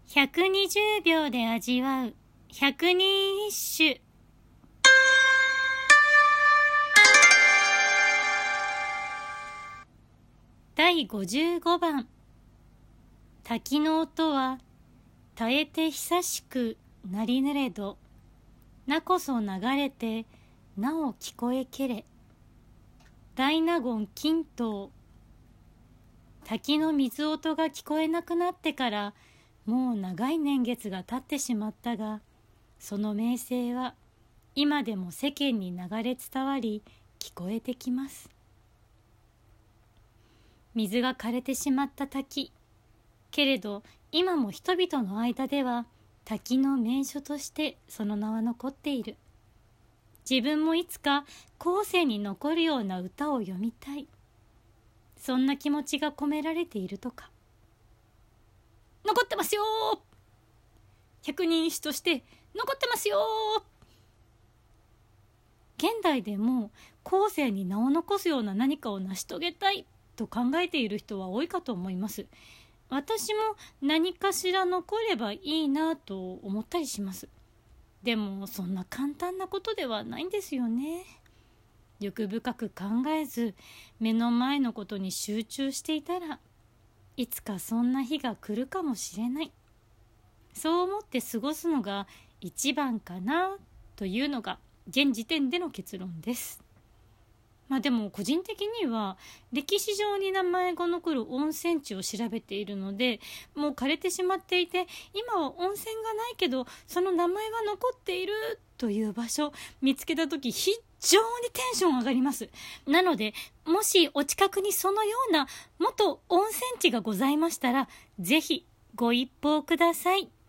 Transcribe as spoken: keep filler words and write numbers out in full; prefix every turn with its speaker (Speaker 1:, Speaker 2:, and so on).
Speaker 1: ひゃくにじゅうびょうで味わう百人一首。だいごじゅうごばん。滝の音は絶えて久しくなりぬれど、なこそ流れてなお聞こえけれ。大納言金刀。滝の水音が聞こえなくなってからもう長い年月が経ってしまったが、その名声は今でも世間に流れ伝わり聞こえてきます。水が枯れてしまった滝。けれど今も人々の間では滝の名所としてその名は残っている。自分もいつか後世に残るような歌を読みたい。そんな気持ちが込められているとか。残ってますよー。百人一首として残ってますよー。現代でも後世に名を残すような何かを成し遂げたいと考えている人は多いかと思います。私も何かしら残ればいいなと思ったりします。でもそんな簡単なことではないんですよね。欲深く考えず目の前のことに集中していたら、いつかそんな日が来るかもしれない。そう思って過ごすのが一番かなというのが現時点での結論です。まあでも個人的には歴史上に名前が残る温泉地を調べているので、もう枯れてしまっていて今は温泉がないけどその名前は残っているという場所見つけた時非常にテンション上がります。なのでもしお近くにそのような元温泉地がございましたら、ぜひご一報ください。